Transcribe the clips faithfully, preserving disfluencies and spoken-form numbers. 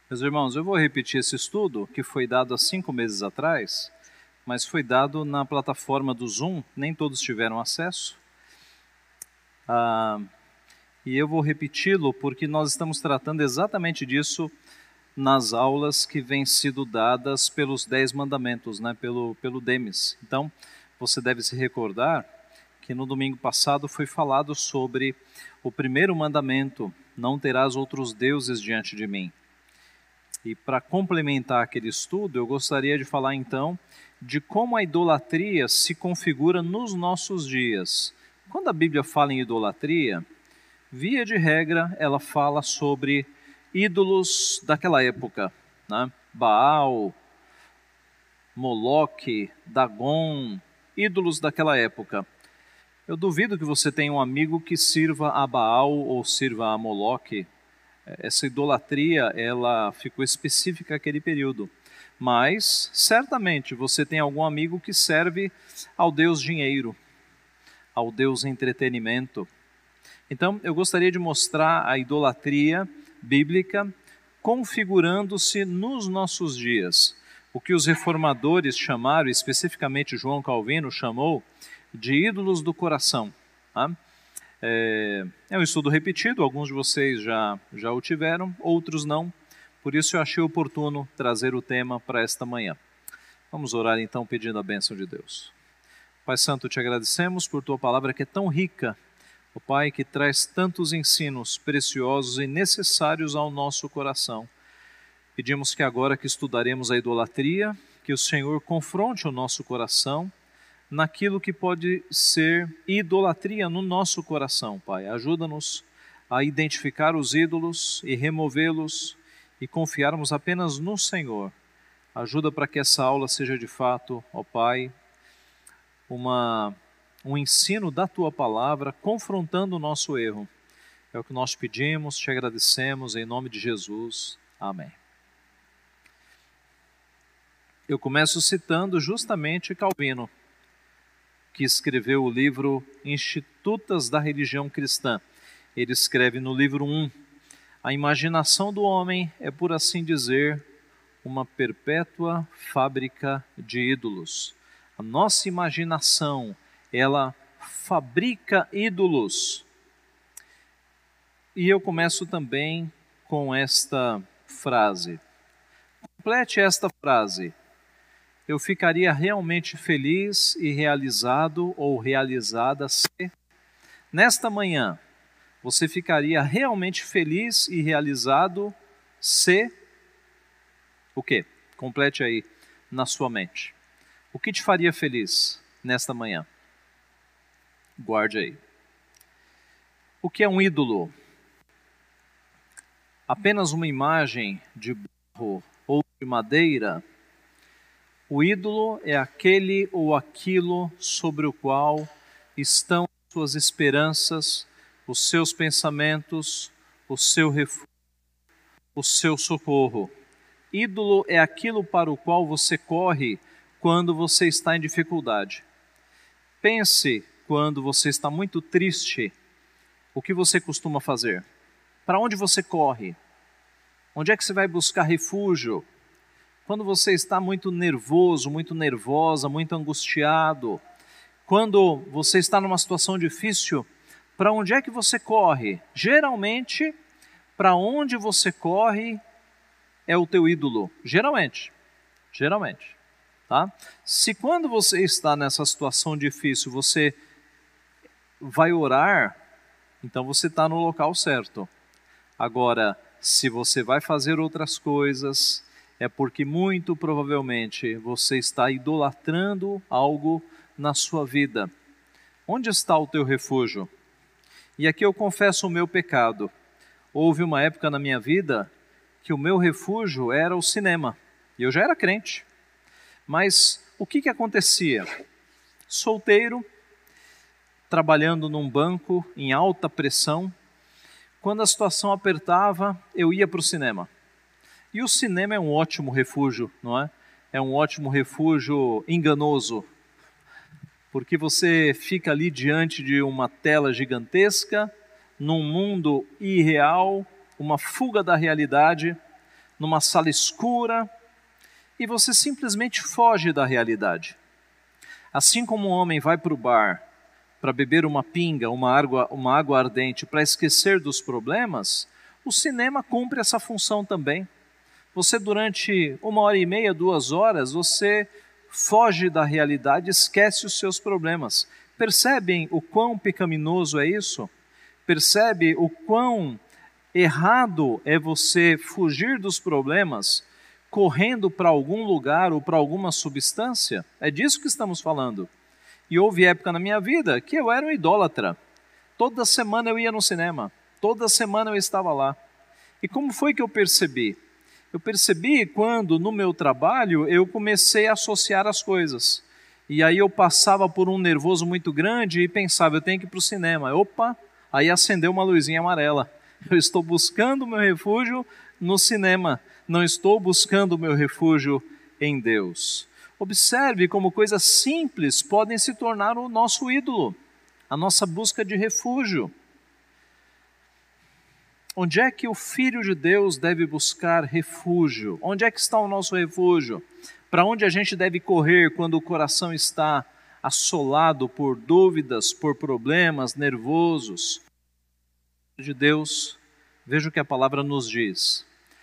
Meus irmãos, eu vou repetir esse estudo que foi dado há cinco meses atrás, mas foi dado na plataforma do Zoom, nem todos tiveram acesso. Ah, e eu vou repeti-lo porque nós estamos tratando exatamente disso nas aulas que vêm sido dadas pelos Dez Mandamentos, né, pelo, pelo Demis. Então, você deve se recordar que no domingo passado foi falado sobre o primeiro mandamento: não terás outros deuses diante de mim. E para complementar aquele estudo, eu gostaria de falar então de como a idolatria se configura nos nossos dias. Quando a Bíblia fala em idolatria, via de regra, ela fala sobre ídolos daquela época, né? Baal, Moloque, Dagon, ídolos daquela época. Eu duvido que você tenha um amigo que sirva a Baal ou sirva a Moloque. Essa idolatria, ela ficou específica naquele período. Mas, certamente, você tem algum amigo que serve ao Deus dinheiro, ao Deus entretenimento. Então, eu gostaria de mostrar a idolatria bíblica configurando-se nos nossos dias. O que os reformadores chamaram, especificamente João Calvino chamou, de ídolos do coração. Tá? É, é um estudo repetido, alguns de vocês já, já o tiveram, outros não. Por isso eu achei oportuno trazer o tema para esta manhã. Vamos orar então pedindo a bênção de Deus. Pai Santo, te agradecemos por tua palavra que é tão rica, ó Pai, que traz tantos ensinos preciosos e necessários ao nosso coração. Pedimos que agora que estudaremos a idolatria, que o Senhor confronte o nosso coração naquilo que pode ser idolatria no nosso coração, Pai. Ajuda-nos a identificar os ídolos e removê-los e confiarmos apenas no Senhor. Ajuda para que essa aula seja de fato, ó Pai, uma, um ensino da Tua Palavra, confrontando o nosso erro. É o que nós pedimos, te agradecemos, em nome de Jesus. Amém. Eu começo citando justamente Calvino, que escreveu o livro Institutas da Religião Cristã. Ele escreve no livro um: a imaginação do homem é, por assim dizer, uma perpétua fábrica de ídolos. A nossa imaginação, ela fabrica ídolos. E eu começo também com esta frase. Complete esta frase. Eu ficaria realmente feliz e realizado ou realizada se, nesta manhã, você ficaria realmente feliz e realizado se, o quê? Complete aí na sua mente. O que te faria feliz nesta manhã? Guarde aí. O que é um ídolo? Apenas uma imagem de barro ou de madeira? O ídolo é aquele ou aquilo sobre o qual estão suas esperanças, os seus pensamentos, o seu refúgio, o seu socorro. Ídolo é aquilo para o qual você corre quando você está em dificuldade. Pense quando você está muito triste, o que você costuma fazer? Para onde você corre? Onde é que você vai buscar refúgio? Quando você está muito nervoso, muito nervosa, muito angustiado, quando você está numa situação difícil, para onde é que você corre? Geralmente, para onde você corre é o teu ídolo. Geralmente, geralmente. Tá? Se quando você está nessa situação difícil, você vai orar, então você está no local certo. Agora, se você vai fazer outras coisas, é porque muito provavelmente você está idolatrando algo na sua vida. Onde está o teu refúgio? E aqui eu confesso o meu pecado. Houve uma época na minha vida que o meu refúgio era o cinema. E eu já era crente. Mas o que que acontecia? Solteiro, trabalhando num banco em alta pressão. Quando a situação apertava, eu ia para o cinema. E o cinema é um ótimo refúgio, não é? É um ótimo refúgio enganoso, porque você fica ali diante de uma tela gigantesca, num mundo irreal, uma fuga da realidade, numa sala escura, e você simplesmente foge da realidade. Assim como um homem vai para o bar para beber uma pinga, uma água, uma água ardente, para esquecer dos problemas, o cinema cumpre essa função também. Você, durante uma hora e meia, duas horas, você foge da realidade, esquece os seus problemas. Percebem o quão pecaminoso é isso? Percebe o quão errado é você fugir dos problemas correndo para algum lugar ou para alguma substância? É disso que estamos falando. E houve época na minha vida que eu era um idólatra. Toda semana eu ia no cinema, toda semana eu estava lá. E como foi que eu percebi? Eu percebi quando no meu trabalho eu comecei a associar as coisas. E aí eu passava por um nervoso muito grande e pensava, eu tenho que ir para o cinema. Opa, aí acendeu uma luzinha amarela. Eu estou buscando o meu refúgio no cinema, não estou buscando o meu refúgio em Deus. Observe como coisas simples podem se tornar o nosso ídolo, a nossa busca de refúgio. Onde é que o Filho de Deus deve buscar refúgio? Onde é que está o nosso refúgio? Para onde a gente deve correr quando o coração está assolado por dúvidas, por problemas, nervosos? De Deus, veja o que a palavra nos diz.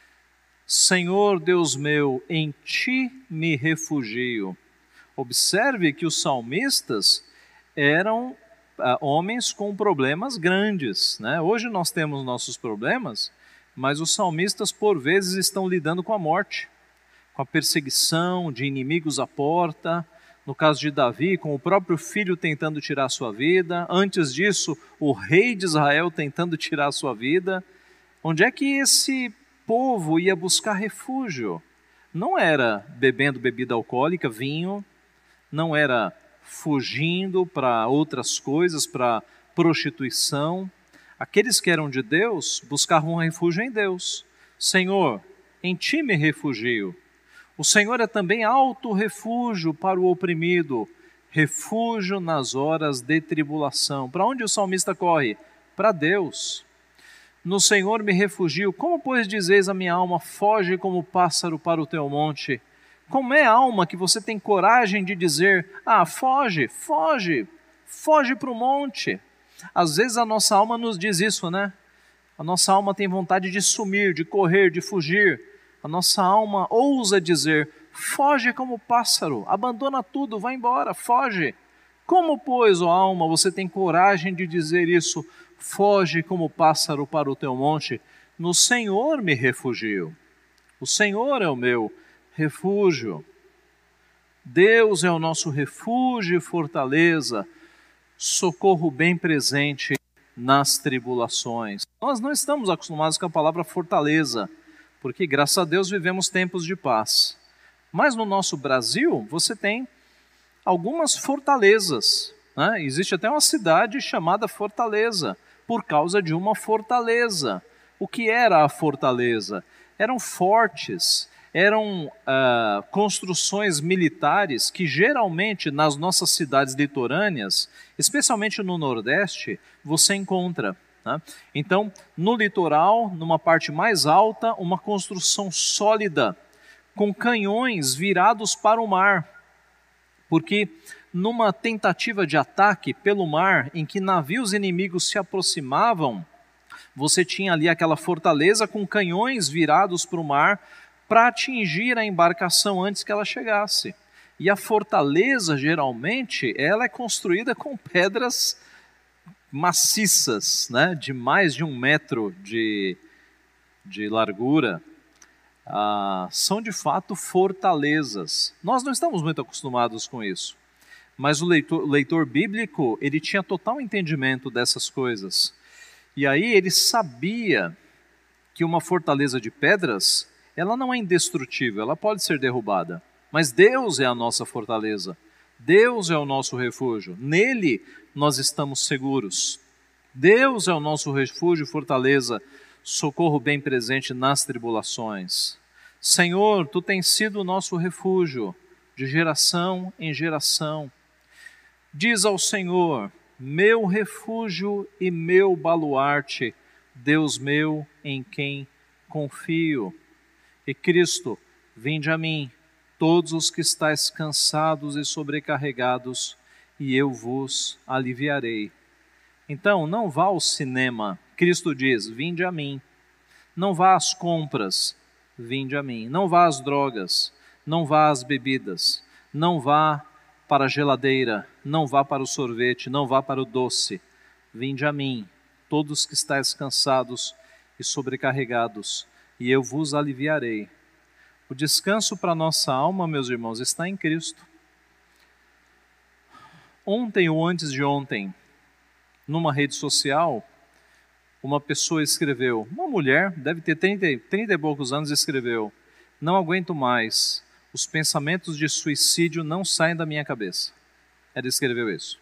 Senhor Deus meu, em ti me refugio. Observe que os salmistas eram ah, homens com problemas grandes, né? Hoje nós temos nossos problemas, mas os salmistas por vezes estão lidando com a morte, com a perseguição de inimigos à porta. No caso de Davi, com o próprio filho tentando tirar a sua vida. Antes disso, o rei de Israel tentando tirar a sua vida. Onde é que esse povo ia buscar refúgio? Não era bebendo bebida alcoólica, vinho, não era fugindo para outras coisas, para prostituição. Aqueles que eram de Deus buscavam refúgio em Deus. Senhor, em ti me refugio. O Senhor é também alto refúgio para o oprimido, refúgio nas horas de tribulação. Para onde o salmista corre? Para Deus. No Senhor me refugio. Como, pois, dizeis a minha alma, foge como pássaro para o teu monte? Como é, alma, que você tem coragem de dizer, ah, foge, foge, foge para o monte? Às vezes a nossa alma nos diz isso, né? A nossa alma tem vontade de sumir, de correr, de fugir. A nossa alma ousa dizer, foge como pássaro, abandona tudo, vai embora, foge. Como, pois, ó alma, você tem coragem de dizer isso? Foge como pássaro para o teu monte. No Senhor me refugio. O Senhor é o meu refúgio. Deus é o nosso refúgio e fortaleza, socorro bem presente nas tribulações. Nós não estamos acostumados com a palavra fortaleza, porque graças a Deus vivemos tempos de paz. Mas no nosso Brasil, você tem algumas fortalezas, né? Existe até uma cidade chamada Fortaleza, por causa de uma fortaleza. O que era a fortaleza? Eram fortes, eram ah, construções militares que geralmente nas nossas cidades litorâneas, especialmente no Nordeste, você encontra. Né? Então, no litoral, numa parte mais alta, uma construção sólida, com canhões virados para o mar, porque numa tentativa de ataque pelo mar, em que navios inimigos se aproximavam, você tinha ali aquela fortaleza com canhões virados para o mar para atingir a embarcação antes que ela chegasse. E a fortaleza, geralmente, ela é construída com pedras maciças, né, de mais de um metro de, de largura. Ah, são de fato fortalezas. Nós não estamos muito acostumados com isso, mas o leitor, o leitor bíblico, ele tinha total entendimento dessas coisas. E aí ele sabia que uma fortaleza de pedras, ela não é indestrutível, ela pode ser derrubada. Mas Deus é a nossa fortaleza, Deus é o nosso refúgio, nele nós estamos seguros. Deus é o nosso refúgio e fortaleza, socorro bem presente nas tribulações. Senhor, Tu tens sido o nosso refúgio, de geração em geração. Diz ao Senhor, meu refúgio e meu baluarte, Deus meu em quem confio. E Cristo, vinde a mim, todos os que estáis cansados e sobrecarregados, e eu vos aliviarei. Então, não vá ao cinema. Cristo diz, vinde a mim. Não vá às compras, vinde a mim. Não vá às drogas, não vá às bebidas, não vá para a geladeira, não vá para o sorvete, não vá para o doce. Vinde a mim, todos que estáis cansados e sobrecarregados, e eu vos aliviarei. O descanso para a nossa alma, meus irmãos, está em Cristo. Ontem ou antes de ontem, numa rede social, uma pessoa escreveu, uma mulher, deve ter trinta, trinta e poucos anos, escreveu, não aguento mais, os pensamentos de suicídio não saem da minha cabeça. Ela escreveu isso.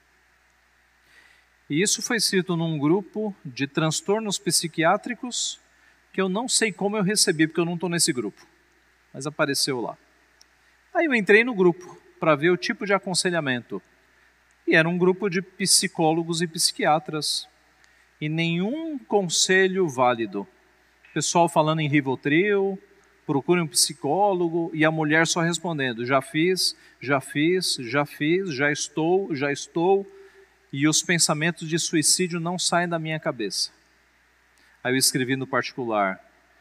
E isso foi escrito num grupo de transtornos psiquiátricos que eu não sei como eu recebi, porque eu não estou nesse grupo, mas apareceu lá. Aí eu entrei no grupo para ver o tipo de aconselhamento. E era um grupo de psicólogos e psiquiatras. E nenhum conselho válido. Pessoal falando em Rivotril, procure um psicólogo, e a mulher só respondendo, já fiz, já fiz, já fiz, já estou, já estou, e os pensamentos de suicídio não saem da minha cabeça. Aí eu escrevi no particular,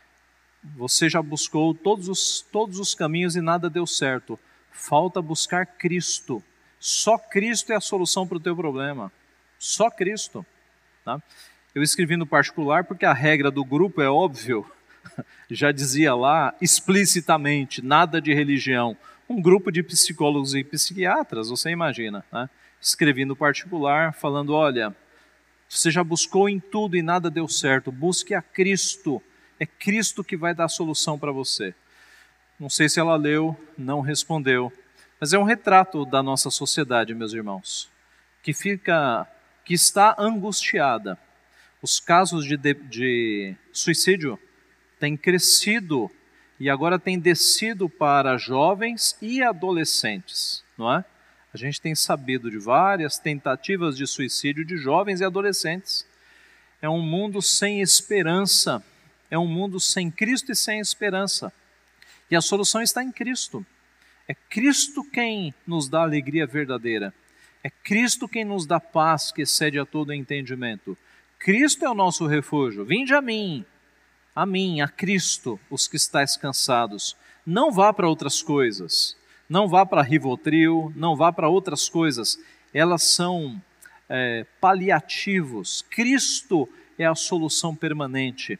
você já buscou todos os, todos os caminhos e nada deu certo, falta buscar Cristo. Só Cristo é a solução para o teu problema. Só Cristo. Tá? Eu escrevi no particular porque a regra do grupo é óbvio. Já dizia lá explicitamente, nada de religião. Um grupo de psicólogos e psiquiatras, você imagina. Né? Escrevi no particular falando, olha, você já buscou em tudo e nada deu certo. Busque a Cristo. É Cristo que vai dar a solução para você. Não sei se ela leu, não respondeu. Mas é um retrato da nossa sociedade, meus irmãos, que fica, que está angustiada. Os casos de, de, de suicídio têm crescido e agora têm descido para jovens e adolescentes, não é? A gente tem sabido de várias tentativas de suicídio de jovens e adolescentes. É um mundo sem esperança, é um mundo sem Cristo e sem esperança. E a solução está em Cristo. É Cristo quem nos dá alegria verdadeira. É Cristo quem nos dá paz que excede a todo entendimento. Cristo é o nosso refúgio. Vinde a mim, a mim, a Cristo, os que estáis cansados. Não vá para outras coisas. Não vá para Rivotril, não vá para outras coisas. Elas são é, paliativos. Cristo é a solução permanente.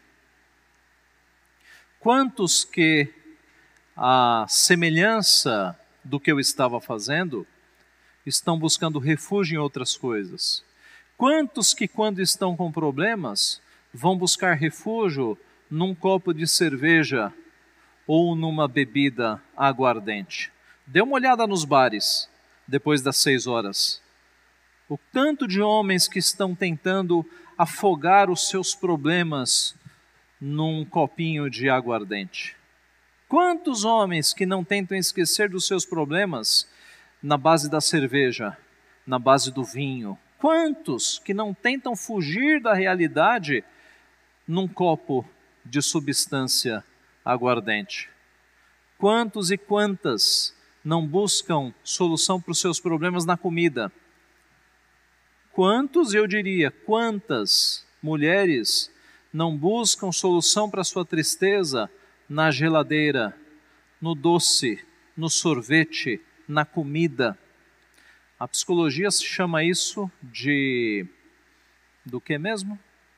Quantos que a semelhança do que eu estava fazendo, estão buscando refúgio em outras coisas? Quantos que quando estão com problemas, vão buscar refúgio num copo de cerveja ou numa bebida aguardente? Dê uma olhada nos bares, depois das seis horas. O tanto de homens que estão tentando afogar os seus problemas num copinho de aguardente. Quantos homens que não tentam esquecer dos seus problemas na base da cerveja, na base do vinho? Quantos que não tentam fugir da realidade num copo de substância aguardente? Quantos e quantas não buscam solução para os seus problemas na comida? Quantos, eu diria, quantas mulheres não buscam solução para a sua tristeza na geladeira, no doce, no sorvete, na comida? A psicologia chama isso de... do que mesmo?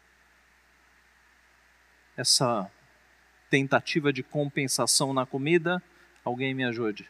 Essa tentativa de compensação na comida. Alguém me ajude.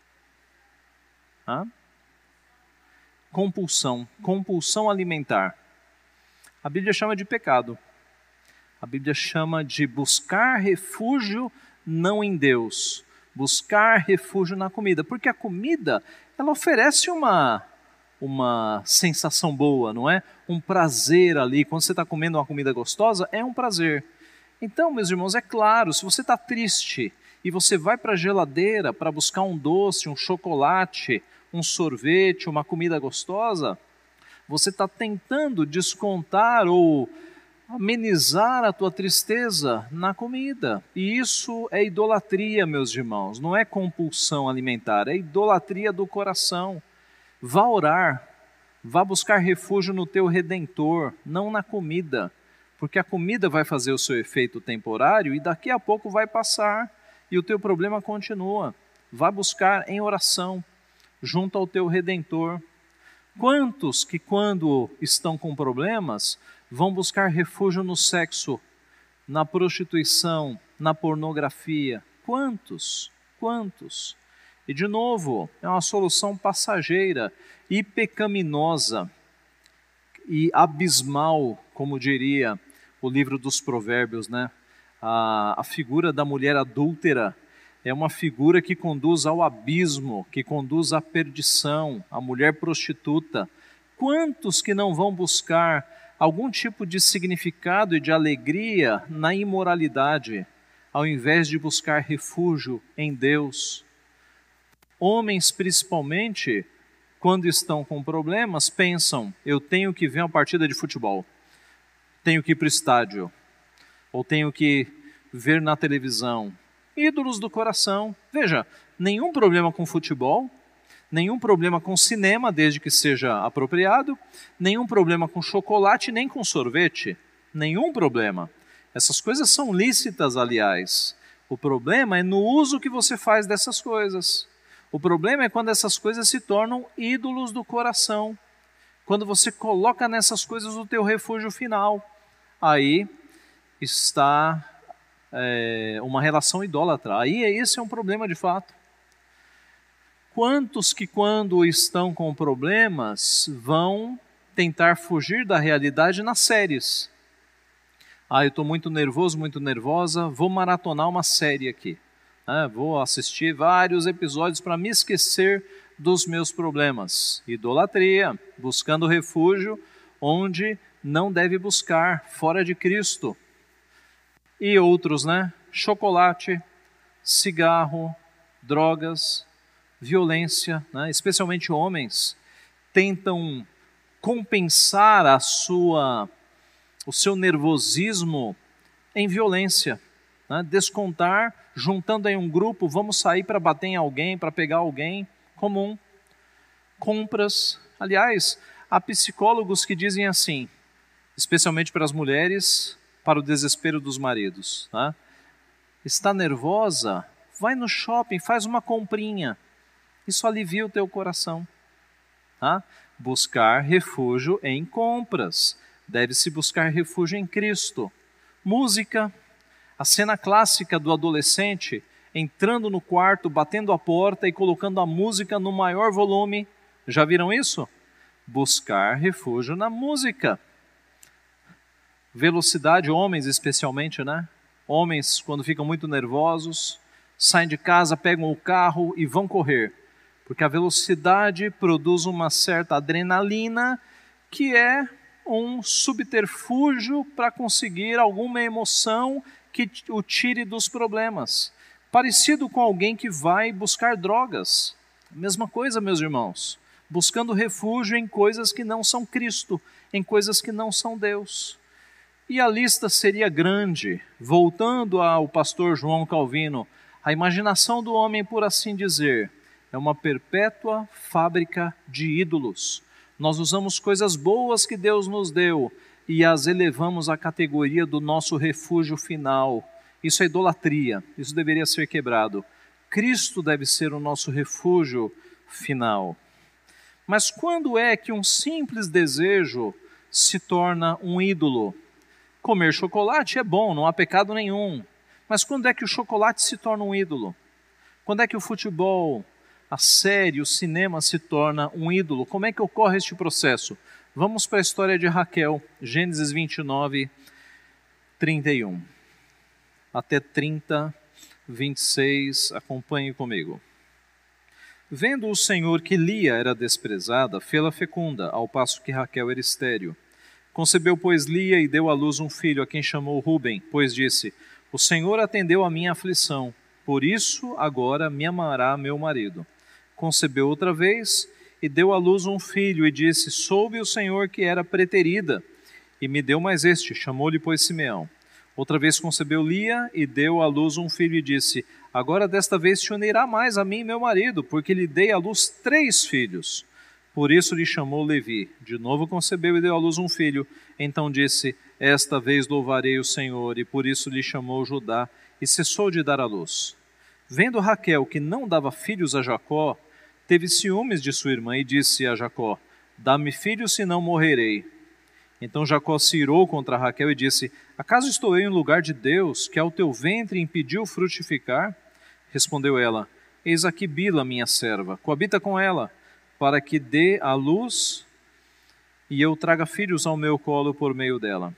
Hã? Compulsão, compulsão alimentar. A Bíblia chama de pecado. A Bíblia chama de buscar refúgio não em Deus, buscar refúgio na comida, porque a comida, ela oferece uma, uma sensação boa, não é? Um prazer ali, quando você está comendo uma comida gostosa, é um prazer. Então, meus irmãos, é claro, se você está triste e você vai para a geladeira para buscar um doce, um chocolate, um sorvete, uma comida gostosa, você está tentando descontar ou amenizar a tua tristeza na comida. E isso é idolatria, meus irmãos. Não é compulsão alimentar, é idolatria do coração. Vá orar, vá buscar refúgio no teu Redentor, não na comida. Porque a comida vai fazer o seu efeito temporário e daqui a pouco vai passar e o teu problema continua. Vá buscar em oração, junto ao teu Redentor. Quantos que quando estão com problemas vão buscar refúgio no sexo, na prostituição, na pornografia? Quantos? Quantos? E de novo, é uma solução passageira e pecaminosa e abismal, como diria o livro dos Provérbios, né? A, a figura da mulher adúltera é uma figura que conduz ao abismo, que conduz à perdição, a mulher prostituta. Quantos que não vão buscar algum tipo de significado e de alegria na imoralidade, ao invés de buscar refúgio em Deus? Homens, principalmente, quando estão com problemas, pensam: eu tenho que ver uma partida de futebol, tenho que ir para o estádio, ou tenho que ver na televisão. Ídolos do coração. Veja, nenhum problema com futebol, nenhum problema com cinema, desde que seja apropriado, nenhum problema com chocolate, nem com sorvete. Nenhum problema. Essas coisas são lícitas, aliás. O problema é no uso que você faz dessas coisas. O problema é quando essas coisas se tornam ídolos do coração. Quando você coloca nessas coisas o teu refúgio final. Aí está é, uma relação idólatra. Aí esse é um problema de fato. Quantos que quando estão com problemas vão tentar fugir da realidade nas séries? Ah, eu estou muito nervoso, muito nervosa, vou maratonar uma série aqui. Ah, vou assistir vários episódios para me esquecer dos meus problemas. Idolatria, buscando refúgio onde não deve buscar, fora de Cristo. E outros, né? Chocolate, cigarro, drogas, violência, né? Especialmente homens, tentam compensar a sua, o seu nervosismo em violência, né? Descontar, juntando em um grupo, vamos sair para bater em alguém, para pegar alguém, comum. Compras, aliás, há psicólogos que dizem assim, especialmente para as mulheres, para o desespero dos maridos, né? Está nervosa? Vai no shopping, faz uma comprinha. Isso alivia o teu coração. Tá? Buscar refúgio em compras. Deve-se buscar refúgio em Cristo. Música. A cena clássica do adolescente entrando no quarto, batendo a porta e colocando a música no maior volume. Já viram isso? Buscar refúgio na música. Velocidade, homens especialmente, né? Homens, quando ficam muito nervosos, saem de casa, pegam o carro e vão correr. Porque a velocidade produz uma certa adrenalina que é um subterfúgio para conseguir alguma emoção que o tire dos problemas. Parecido com alguém que vai buscar drogas. Mesma coisa, meus irmãos. Buscando refúgio em coisas que não são Cristo, em coisas que não são Deus. E a lista seria grande. Voltando ao pastor João Calvino, a imaginação do homem, por assim dizer, é uma perpétua fábrica de ídolos. Nós usamos coisas boas que Deus nos deu e as elevamos à categoria do nosso refúgio final. Isso é idolatria, isso deveria ser quebrado. Cristo deve ser o nosso refúgio final. Mas quando é que um simples desejo se torna um ídolo? Comer chocolate é bom, não há pecado nenhum. Mas quando é que o chocolate se torna um ídolo? Quando é que o futebol, a série, o cinema se torna um ídolo? Como é que ocorre este processo? Vamos para a história de Raquel, Gênesis vinte e nove, trinta e um. Até trinta, vinte e seis, acompanhe comigo. Vendo o Senhor que Lia era desprezada, fê-la fecunda, ao passo que Raquel era estéril. Concebeu, pois, Lia e deu à luz um filho, a quem chamou Ruben, pois disse, o Senhor atendeu a minha aflição, por isso agora me amará meu marido. Concebeu outra vez e deu à luz um filho e disse, soube o Senhor que era preterida, e me deu mais este, chamou-lhe, pois, Simeão. Outra vez concebeu Lia e deu à luz um filho e disse, agora desta vez se unirá mais a mim meu marido, porque lhe dei à luz três filhos. Por isso lhe chamou Levi. De novo concebeu e deu à luz um filho. Então disse, esta vez louvarei o Senhor, e por isso lhe chamou Judá, e cessou de dar à luz. Vendo Raquel que não dava filhos a Jacó, teve ciúmes de sua irmã e disse a Jacó, dá-me filhos, senão morrerei. Então Jacó se irou contra Raquel e disse, acaso estou eu em lugar de Deus, que ao teu ventre impediu frutificar? Respondeu ela, eis aqui Bila, minha serva, coabita com ela, para que dê à luz e eu traga filhos ao meu colo por meio dela.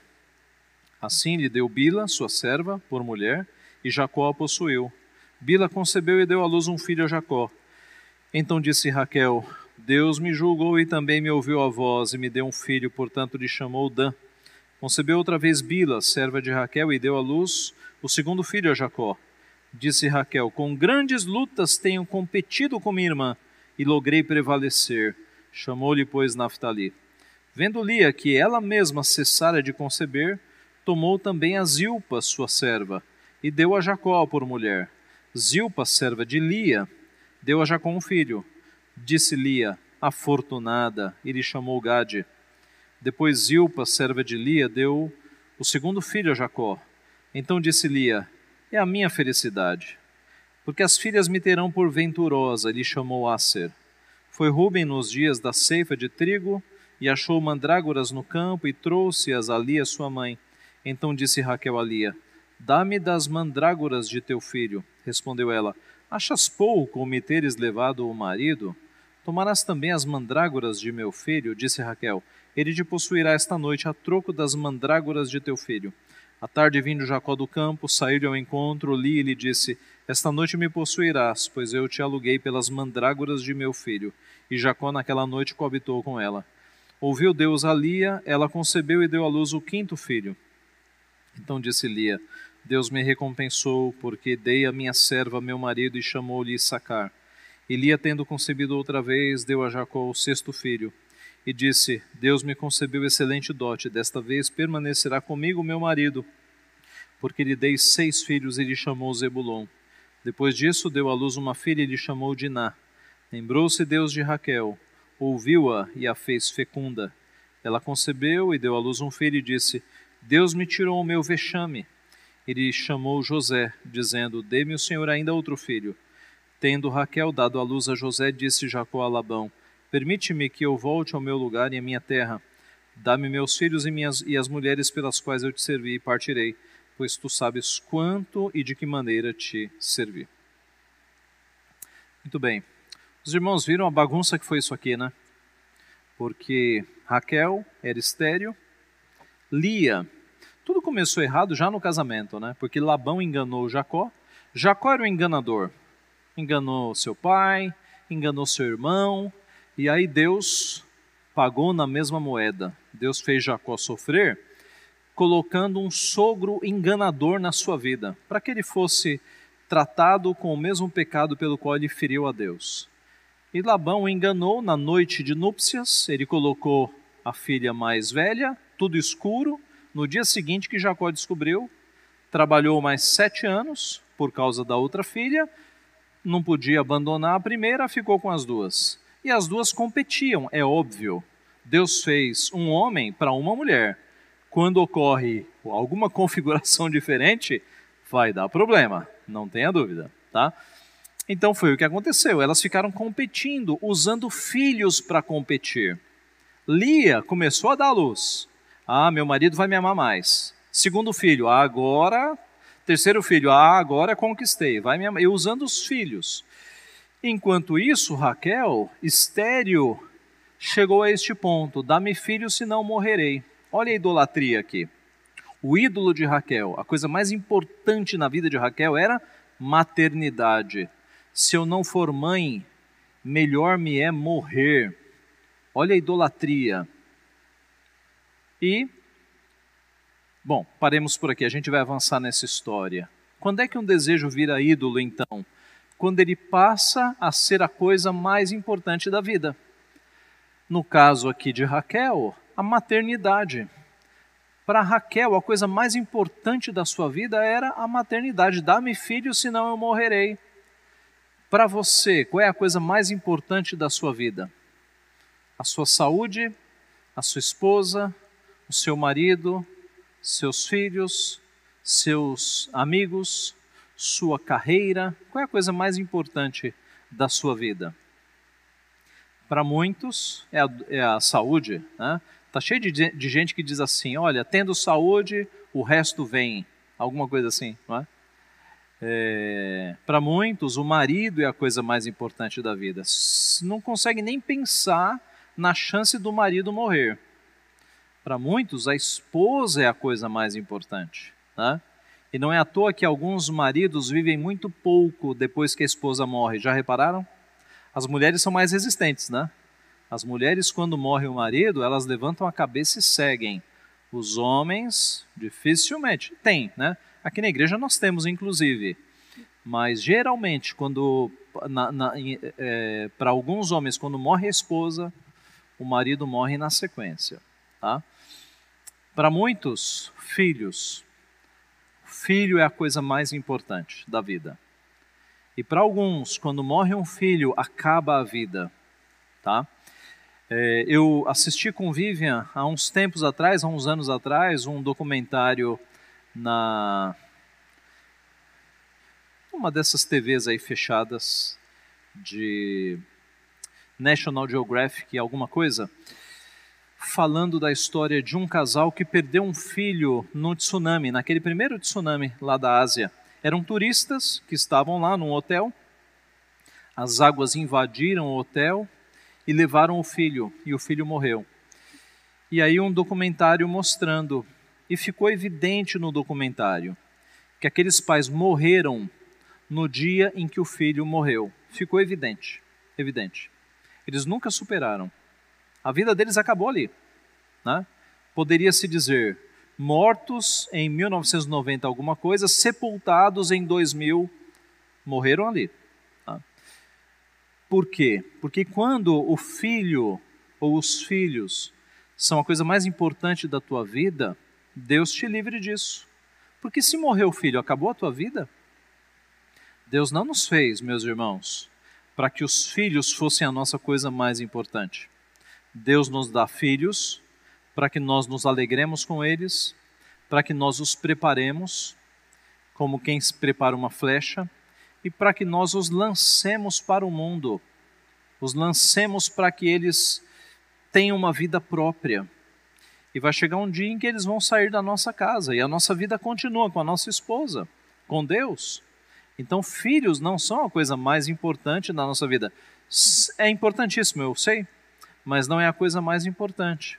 Assim lhe deu Bila, sua serva, por mulher, e Jacó a possuiu. Bila concebeu e deu à luz um filho a Jacó. Então disse Raquel, Deus me julgou e também me ouviu a voz e me deu um filho, portanto lhe chamou Dan. Concebeu outra vez Bila, serva de Raquel, e deu à luz o segundo filho a Jacó. Disse Raquel, com grandes lutas tenho competido com minha irmã e logrei prevalecer. Chamou-lhe, pois, Naftali. Vendo Lia que ela mesma cessara de conceber, tomou também a Zilpa, sua serva, e deu a Jacó por mulher. Zilpa, serva de Lia, deu a Jacó um filho. Disse Lia, afortunada, e lhe chamou Gade. Depois Zilpa, serva de Lia, deu o segundo filho a Jacó. Então disse Lia, é a minha felicidade, porque as filhas me terão por venturosa, e lhe chamou Asser. Foi Ruben nos dias da ceifa de trigo, e achou mandrágoras no campo, e trouxe-as a Lia, sua mãe. Então disse Raquel a Lia, dá-me das mandrágoras de teu filho. Respondeu ela, achas pouco me teres levado o marido? Tomarás também as mandrágoras de meu filho? Disse Raquel, ele te possuirá esta noite a troco das mandrágoras de teu filho. À tarde, vindo Jacó do campo, saiu-lhe ao encontro, Lia e lhe disse, esta noite me possuirás, pois eu te aluguei pelas mandrágoras de meu filho. E Jacó naquela noite coabitou com ela. Ouviu Deus a Lia, ela concebeu e deu à luz o quinto filho. Então disse Lia, Deus me recompensou, porque dei a minha serva meu marido e chamou-lhe Issacar. E Lia, tendo concebido outra vez, deu a Jacó o sexto filho. E disse, Deus me concebeu excelente dote, desta vez permanecerá comigo meu marido, porque lhe dei seis filhos e lhe chamou Zebulon. Depois disso deu à luz uma filha e lhe chamou Diná. Lembrou-se Deus de Raquel, ouviu-a e a fez fecunda. Ela concebeu e deu à luz um filho e disse, Deus me tirou o meu vexame. E lhe chamou José, dizendo, dê-me o Senhor ainda outro filho. Tendo Raquel dado à luz a José, disse Jacó a Labão, permite-me que eu volte ao meu lugar e à minha terra. Dá-me meus filhos e, minhas, e as mulheres pelas quais eu te servi e partirei, pois tu sabes quanto e de que maneira te servi. Muito bem. Os irmãos viram a bagunça que foi isso aqui, né? Porque Raquel era estéril, Lia, tudo começou errado já no casamento, né? Porque Labão enganou Jacó, Jacó era o enganador, enganou seu pai, enganou seu irmão, e aí Deus pagou na mesma moeda. Deus fez Jacó sofrer, colocando um sogro enganador na sua vida, para que ele fosse tratado com o mesmo pecado pelo qual ele feriu a Deus. E Labão o enganou na noite de núpcias, ele colocou a filha mais velha, tudo escuro. No dia seguinte que Jacó descobriu, trabalhou mais sete anos por causa da outra filha, não podia abandonar a primeira, ficou com as duas. E as duas competiam, é óbvio. Deus fez um homem para uma mulher. Quando ocorre alguma configuração diferente, vai dar problema, não tenha dúvida, tá? Então foi o que aconteceu, elas ficaram competindo, usando filhos para competir. Lia começou a dar à luz. Ah, meu marido vai me amar mais. Segundo filho, ah, agora... Terceiro filho, ah, agora conquistei, vai me amar. E usando os filhos. Enquanto isso, Raquel, estéril, chegou a este ponto, dá-me filho, senão morrerei. Olha a idolatria aqui. O ídolo de Raquel, a coisa mais importante na vida de Raquel era maternidade. Se eu não for mãe, melhor me é morrer. Olha a idolatria. E, bom, paremos por aqui, a gente vai avançar nessa história. Quando é que um desejo vira ídolo, então? Quando ele passa a ser a coisa mais importante da vida. No caso aqui de Raquel, a maternidade. Para Raquel, a coisa mais importante da sua vida era a maternidade. Dá-me filho, senão eu morrerei. Para você, qual é a coisa mais importante da sua vida? A sua saúde, a sua esposa, o seu marido, seus filhos, seus amigos, sua carreira? Qual é a coisa mais importante da sua vida? Para muitos é a, é a saúde, né? Está cheio de, de gente que diz assim, olha, tendo saúde, o resto vem. Alguma coisa assim, não é? É, para muitos, o marido é a coisa mais importante da vida. Não consegue nem pensar na chance do marido morrer. Para muitos, a esposa é a coisa mais importante, né? E não é à toa que alguns maridos vivem muito pouco depois que a esposa morre. Já repararam? As mulheres são mais resistentes, né? As mulheres, quando morre o marido, elas levantam a cabeça e seguem. Os homens, dificilmente. Tem, né? Aqui na igreja nós temos, inclusive. Mas, geralmente, quando é, para alguns homens, quando morre a esposa, o marido morre na sequência. Tá? Para muitos, filhos. O filho é a coisa mais importante da vida. E para alguns, quando morre um filho, acaba a vida. Tá? É, eu assisti com Vivian há uns tempos atrás, há uns anos atrás, um documentário na uma dessas T Vs aí fechadas de National Geographic, alguma coisa, falando da história de um casal que perdeu um filho no tsunami, naquele primeiro tsunami lá da Ásia. Eram turistas que estavam lá num hotel, as águas invadiram o hotel e levaram o filho, e o filho morreu. E aí um documentário mostrando, e ficou evidente no documentário, que aqueles pais morreram no dia em que o filho morreu. Ficou evidente, evidente. Eles nunca superaram. A vida deles acabou ali, né? Poderia-se dizer, mortos em mil novecentos e noventa alguma coisa, sepultados em dois mil, morreram ali. Tá? Por quê? Porque quando o filho ou os filhos são a coisa mais importante da tua vida, Deus te livre disso. Porque se morrer o filho, acabou a tua vida? Deus não nos fez, meus irmãos, para que os filhos fossem a nossa coisa mais importante. Deus nos dá filhos para que nós nos alegremos com eles, para que nós os preparemos, como quem se prepara uma flecha, e para que nós os lancemos para o mundo, os lancemos para que eles tenham uma vida própria. E vai chegar um dia em que eles vão sair da nossa casa, e a nossa vida continua com a nossa esposa, com Deus. Então, filhos não são a coisa mais importante da nossa vida. É importantíssimo, eu sei, mas não é a coisa mais importante.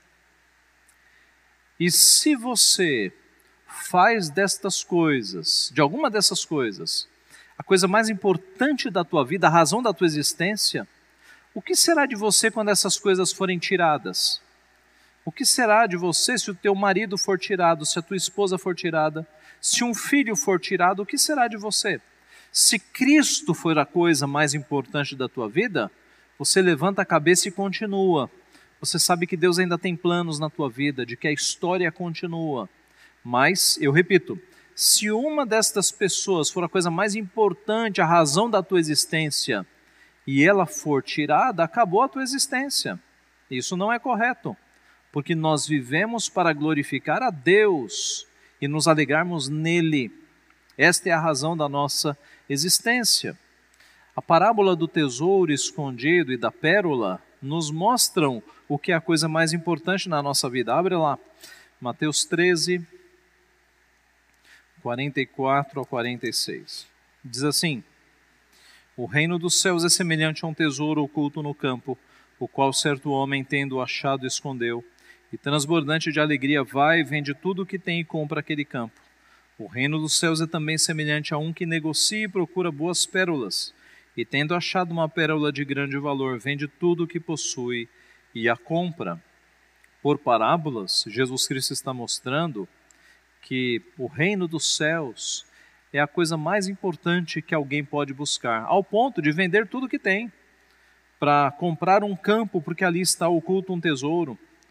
E se você faz destas coisas, de alguma dessas coisas, a coisa mais importante da tua vida, a razão da tua existência, o que será de você quando essas coisas forem tiradas? O que será de você se o teu marido for tirado, se a tua esposa for tirada, se um filho for tirado, o que será de você? Se Cristo for a coisa mais importante da tua vida, você levanta a cabeça e continua. Você sabe que Deus ainda tem planos na tua vida, de que a história continua. Mas, eu repito, se uma destas pessoas for a coisa mais importante, a razão da tua existência, e ela for tirada, acabou a tua existência. Isso não é correto, porque nós vivemos para glorificar a Deus e nos alegrarmos nele. Esta é a razão da nossa existência. A parábola do tesouro escondido e da pérola nos mostram o que é a coisa mais importante na nossa vida. Abre lá, Mateus treze, quarenta e quatro a quarenta e seis. Diz assim: o reino dos céus é semelhante a um tesouro oculto no campo, o qual certo homem, tendo achado, escondeu, e transbordante de alegria vai, vende tudo o que tem e compra aquele campo. O reino dos céus é também semelhante a um que negocia e procura boas pérolas, e tendo achado uma pérola de grande valor, vende tudo o que possui e a compra. Por parábolas, Jesus Cristo está mostrando que o reino dos céus é a coisa mais importante que alguém pode buscar, ao ponto de vender tudo que tem, para comprar um campo, porque ali está oculto um tesouro,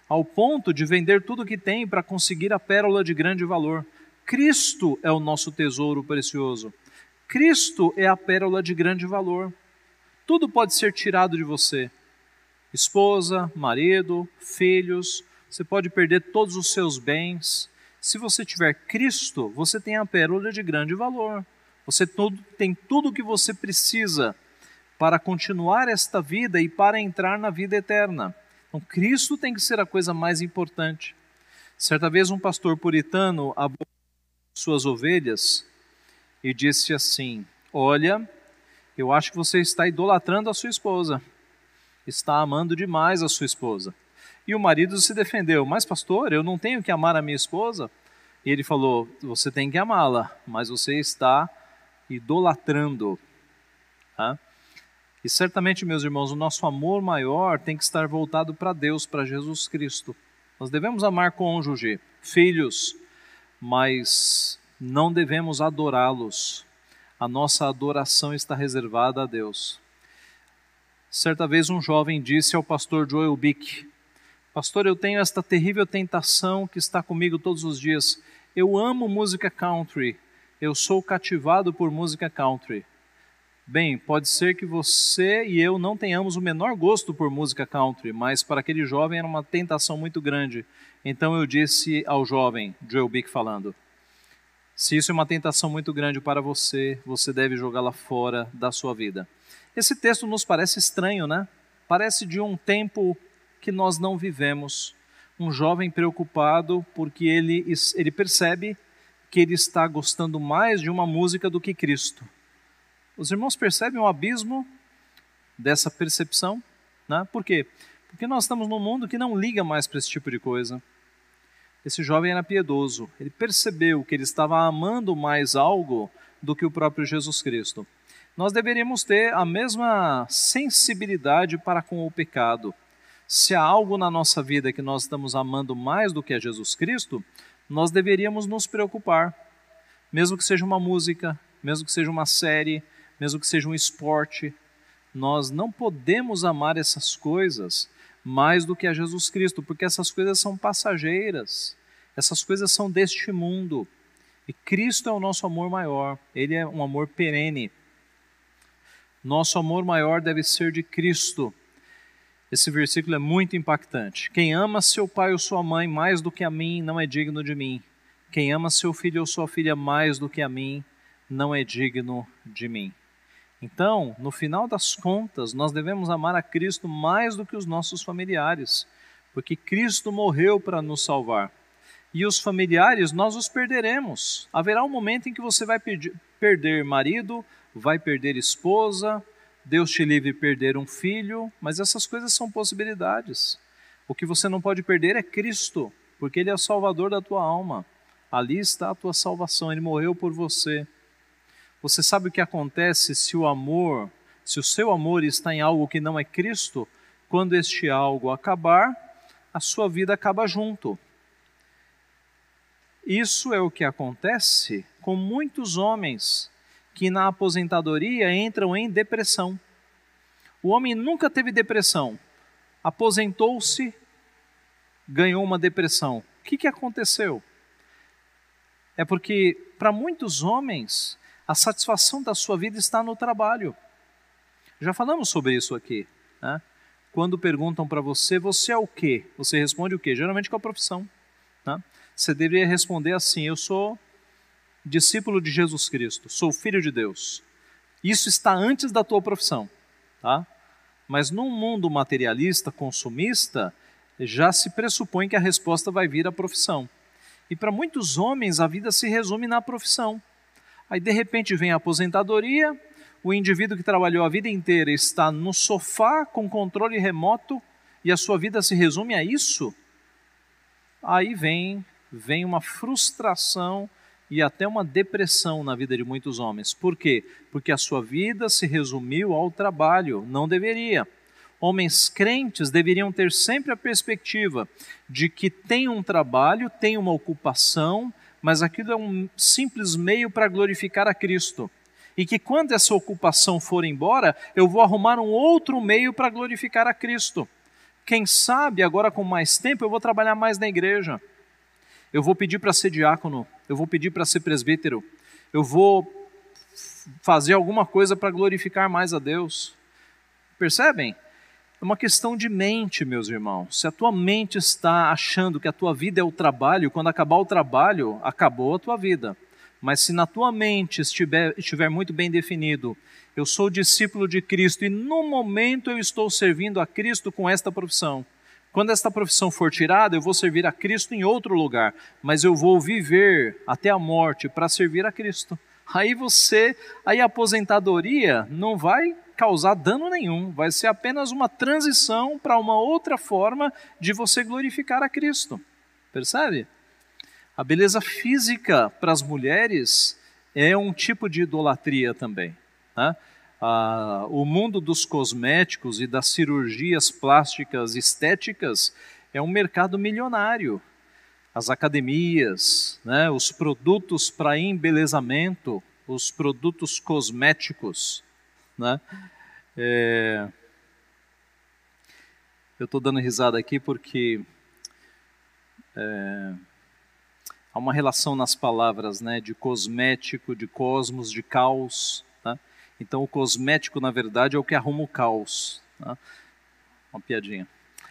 ao ponto de vender tudo o que tem para conseguir a pérola de grande valor. Cristo é o nosso tesouro precioso. Cristo é a pérola de grande valor. Tudo pode ser tirado de você. Esposa, marido, filhos, você pode perder todos os seus bens. Se você tiver Cristo, você tem a pérola de grande valor. Você tem tudo o que você precisa para continuar esta vida e para entrar na vida eterna. Então, Cristo tem que ser a coisa mais importante. Certa vez um pastor puritano abriu suas ovelhas e disse assim: olha, eu acho que você está idolatrando a sua esposa, está amando demais a sua esposa. E o marido se defendeu: mas pastor, eu não tenho que amar a minha esposa? E ele falou: você tem que amá-la, mas você está idolatrando. Tá? E certamente, meus irmãos, o nosso amor maior tem que estar voltado para Deus, para Jesus Cristo. Nós devemos amar cônjuge, filhos, mas não devemos adorá-los. A nossa adoração está reservada a Deus. Certa vez um jovem disse ao pastor Joel Bick: pastor, eu tenho esta terrível tentação que está comigo todos os dias. Eu amo música country, eu sou cativado por música country. Bem, pode ser que você e eu não tenhamos o menor gosto por música country, mas para aquele jovem era uma tentação muito grande. Então eu disse ao jovem, Joel Bick falando: se isso é uma tentação muito grande para você, você deve jogá-la fora da sua vida. Esse texto nos parece estranho, né? Parece de um tempo que nós não vivemos. Um jovem preocupado porque ele, ele percebe que ele está gostando mais de uma música do que Cristo. Os irmãos percebem o abismo dessa percepção? Né? Por quê? Porque nós estamos num mundo que não liga mais para esse tipo de coisa. Esse jovem era piedoso. Ele percebeu que ele estava amando mais algo do que o próprio Jesus Cristo. Nós deveríamos ter a mesma sensibilidade para com o pecado. Se há algo na nossa vida que nós estamos amando mais do que a Jesus Cristo, nós deveríamos nos preocupar. Mesmo que seja uma música, mesmo que seja uma série, mesmo que seja um esporte, nós não podemos amar essas coisas mais do que a Jesus Cristo, porque essas coisas são passageiras, essas coisas são deste mundo, e Cristo é o nosso amor maior, Ele é um amor perene. Nosso amor maior deve ser de Cristo. Esse versículo é muito impactante. Quem ama seu pai ou sua mãe mais do que a mim, não é digno de mim. Quem ama seu filho ou sua filha mais do que a mim, não é digno de mim. Então, no final das contas, nós devemos amar a Cristo mais do que os nossos familiares, porque Cristo morreu para nos salvar. E os familiares, nós os perderemos. Haverá um momento em que você vai perder, perder marido, vai perder esposa, Deus te livre de perder um filho, mas essas coisas são possibilidades. O que você não pode perder é Cristo, porque Ele é o Salvador da tua alma. Ali está a tua salvação, Ele morreu por você. Você sabe o que acontece se o amor, se o seu amor está em algo que não é Cristo? Quando este algo acabar, a sua vida acaba junto. Isso é o que acontece com muitos homens que na aposentadoria entram em depressão. O homem nunca teve depressão, aposentou-se, ganhou uma depressão. O que, que aconteceu? É porque para muitos homens a satisfação da sua vida está no trabalho. Já falamos sobre isso aqui, né? Quando perguntam para você, você é o quê? Você responde o quê? Geralmente com a profissão, né? Você deveria responder assim: eu sou discípulo de Jesus Cristo, sou filho de Deus. Isso está antes da tua profissão, tá? Mas num mundo materialista, consumista, já se pressupõe que a resposta vai vir à profissão. E para muitos homens a vida se resume na profissão. Aí de repente vem a aposentadoria, o indivíduo que trabalhou a vida inteira está no sofá com controle remoto e a sua vida se resume a isso. Aí vem, vem uma frustração e até uma depressão na vida de muitos homens. Por quê? Porque a sua vida se resumiu ao trabalho. Não deveria. Homens crentes deveriam ter sempre a perspectiva de que tem um trabalho, tem uma ocupação, mas aquilo é um simples meio para glorificar a Cristo. E que quando essa ocupação for embora, eu vou arrumar um outro meio para glorificar a Cristo. Quem sabe agora com mais tempo eu vou trabalhar mais na igreja. Eu vou pedir para ser diácono, eu vou pedir para ser presbítero, eu vou fazer alguma coisa para glorificar mais a Deus. Percebem? É uma questão de mente, meus irmãos. Se a tua mente está achando que a tua vida é o trabalho, quando acabar o trabalho, acabou a tua vida. Mas se na tua mente estiver, estiver muito bem definido, eu sou discípulo de Cristo e no momento eu estou servindo a Cristo com esta profissão. Quando esta profissão for tirada, eu vou servir a Cristo em outro lugar, mas eu vou viver até a morte para servir a Cristo. Aí você, aí a aposentadoria não vai causar dano nenhum, vai ser apenas uma transição para uma outra forma de você glorificar a Cristo. Percebe? A beleza física para as mulheres é um tipo de idolatria também, né? Ah, o mundo dos cosméticos e das cirurgias plásticas estéticas é um mercado milionário. As academias, né, os produtos para embelezamento, os produtos cosméticos, né? É... Eu estou dando risada aqui porque é... há uma relação nas palavras, né, de cosmético, de cosmos, de caos. Né? Então o cosmético, na verdade, é o que arruma o caos. Né? Uma piadinha.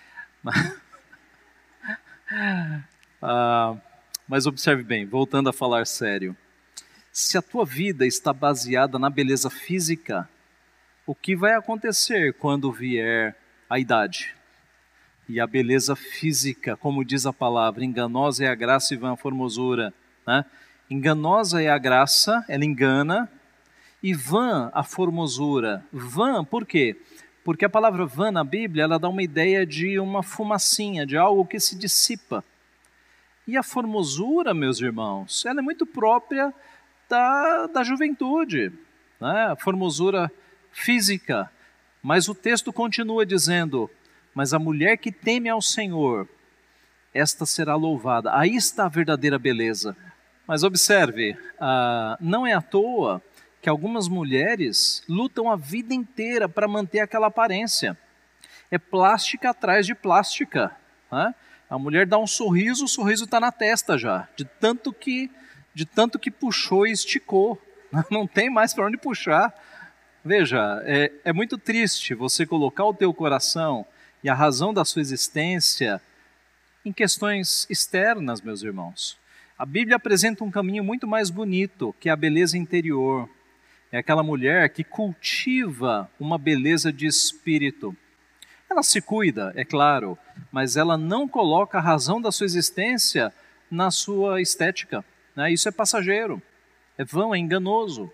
ah, mas observe bem, voltando a falar sério. Se a tua vida está baseada na beleza física, o que vai acontecer quando vier a idade? E a beleza física, como diz a palavra, enganosa é a graça e vã a formosura. Né? Enganosa é a graça, ela engana, e vã a formosura. Vã, por quê? Porque a palavra vã na Bíblia, ela dá uma ideia de uma fumacinha, de algo que se dissipa. E a formosura, meus irmãos, ela é muito própria da, da juventude, né? A formosura física. Mas o texto continua dizendo, mas a mulher que teme ao Senhor, esta será louvada. Aí está a verdadeira beleza. Mas observe, ah, não é à toa que algumas mulheres lutam a vida inteira para manter aquela aparência. É plástica atrás de plástica. Né? A mulher dá um sorriso, o sorriso está na testa já, de tanto que, de tanto que puxou e esticou. Não tem mais para onde puxar. Veja, é, é muito triste você colocar o teu coração e a razão da sua existência em questões externas, meus irmãos. A Bíblia apresenta um caminho muito mais bonito, que é a beleza interior. É aquela mulher que cultiva uma beleza de espírito. Ela se cuida, é claro, mas ela não coloca a razão da sua existência na sua estética. Né? Isso é passageiro, é vão, é enganoso.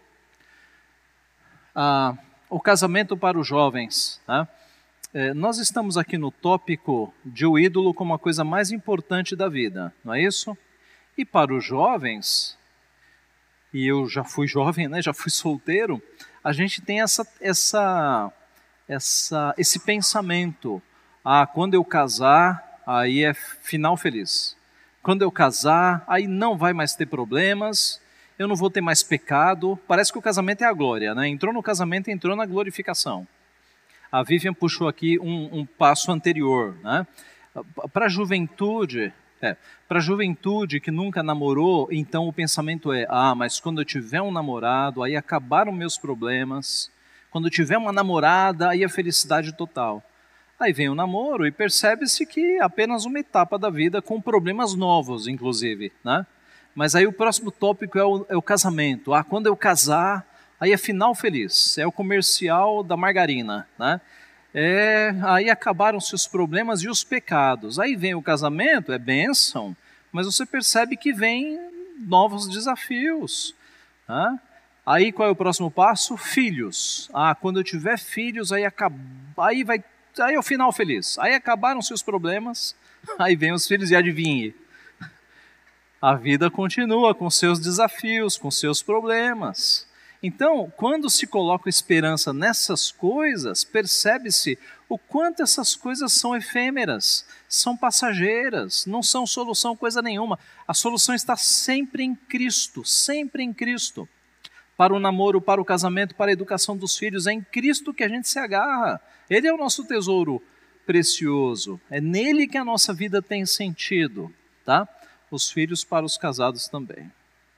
Ah, o casamento para os jovens. Né? É, nós estamos aqui no tópico de o ídolo como a coisa mais importante da vida, não é isso? E para os jovens, e eu já fui jovem, né, já fui solteiro, a gente tem essa, essa, essa, esse pensamento. Ah, quando eu casar, aí é final feliz. Quando eu casar, aí não vai mais ter problemas, eu não vou ter mais pecado. Parece que o casamento é a glória, né? Entrou no casamento, entrou na glorificação. A Vivian puxou aqui um, um passo anterior. Né? Para a juventude... É, para a juventude que nunca namorou, então o pensamento é, ah, mas quando eu tiver um namorado, aí acabaram meus problemas, quando eu tiver uma namorada, aí a felicidade total. Aí vem o namoro e percebe-se que é apenas uma etapa da vida com problemas novos, inclusive, né? Mas aí o próximo tópico é o, é o casamento. Ah, quando eu casar, aí é final feliz, é o comercial da margarina, né? É, aí acabaram-se os problemas e os pecados. Aí vem o casamento, é bênção, mas você percebe que vem novos desafios. Tá? Aí qual é o próximo passo? Filhos. Ah, quando eu tiver filhos, aí, acaba, aí, vai, aí é o final feliz. Aí acabaram-se os problemas, aí vem os filhos e adivinhe. A vida continua com seus desafios, com seus problemas. Então, quando se coloca esperança nessas coisas, percebe-se o quanto essas coisas são efêmeras, são passageiras, não são solução coisa nenhuma. A solução está sempre em Cristo, sempre em Cristo. Para o namoro, para o casamento, para a educação dos filhos, é em Cristo que a gente se agarra. Ele é o nosso tesouro precioso. É nele que a nossa vida tem sentido, tá? Os filhos para os casados também.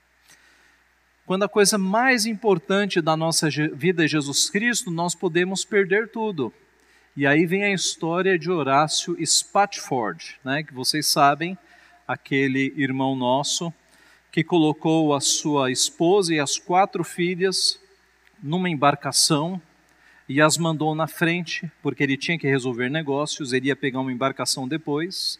Quando a coisa mais importante da nossa vida é Jesus Cristo, nós podemos perder tudo. E aí vem a história de Horácio Spafford, né, que vocês sabem, aquele irmão nosso que colocou a sua esposa e as quatro filhas numa embarcação e as mandou na frente, porque ele tinha que resolver negócios, ele ia pegar uma embarcação depois.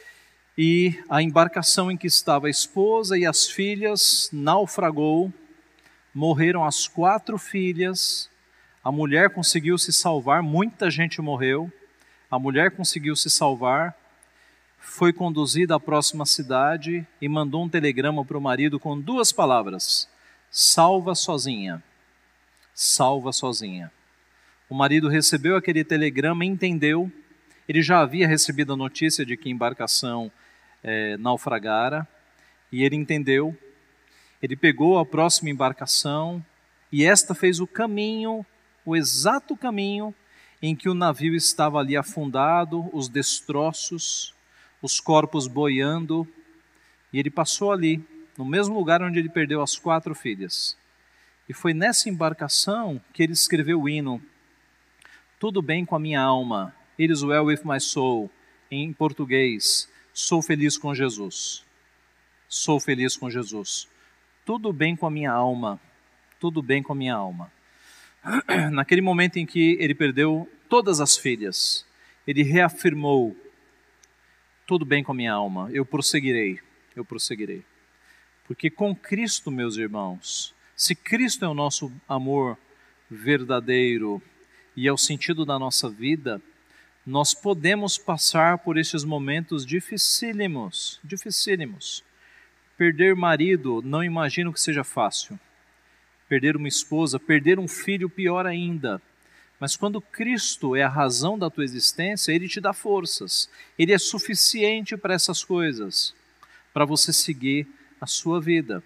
E a embarcação em que estava a esposa e as filhas naufragou, morreram as quatro filhas, a mulher conseguiu se salvar, muita gente morreu, a mulher conseguiu se salvar, foi conduzida à próxima cidade e mandou um telegrama para o marido com duas palavras: salva sozinha, salva sozinha. O marido recebeu aquele telegrama, entendeu, ele já havia recebido a notícia de que a embarcação É, naufragara, e ele entendeu, ele pegou a próxima embarcação, e esta fez o caminho, o exato caminho, em que o navio estava ali afundado, os destroços, os corpos boiando, e ele passou ali, no mesmo lugar onde ele perdeu as quatro filhas. E foi nessa embarcação que ele escreveu o hino, Tudo Bem com a Minha Alma, It is Well with My Soul, em português, Sou feliz com Jesus, sou feliz com Jesus, tudo bem com a minha alma, tudo bem com a minha alma. Naquele momento em que ele perdeu todas as filhas, ele reafirmou, tudo bem com a minha alma, eu prosseguirei, eu prosseguirei. Porque com Cristo, meus irmãos, se Cristo é o nosso amor verdadeiro e é o sentido da nossa vida, nós podemos passar por esses momentos dificílimos, dificílimos. Perder marido, não imagino que seja fácil. Perder uma esposa, perder um filho, pior ainda. Mas quando Cristo é a razão da tua existência, Ele te dá forças. Ele é suficiente para essas coisas, para você seguir a sua vida.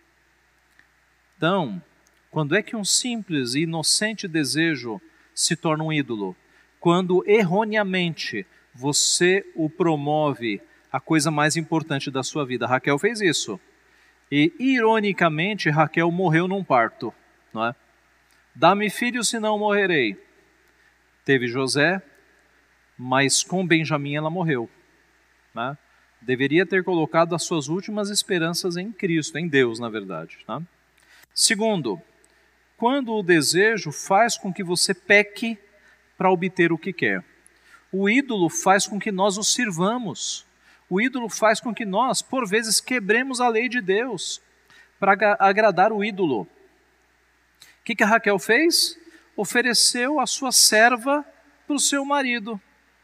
Então, quando é que um simples e inocente desejo se torna um ídolo? Quando erroneamente você o promove a coisa mais importante da sua vida. Raquel fez isso. E ironicamente Raquel morreu num parto, não é? Dá-me filho, senão morrerei. Teve José, mas com Benjamim ela morreu, né? Deveria ter colocado as suas últimas esperanças em Cristo, em Deus, na verdade, tá? Segundo, quando o desejo faz com que você peque para obter o que quer. O ídolo faz com que nós o sirvamos. O ídolo faz com que nós, por vezes, quebremos a lei de Deus para agradar o ídolo. O que, que a Raquel fez? Ofereceu a sua serva para o seu marido.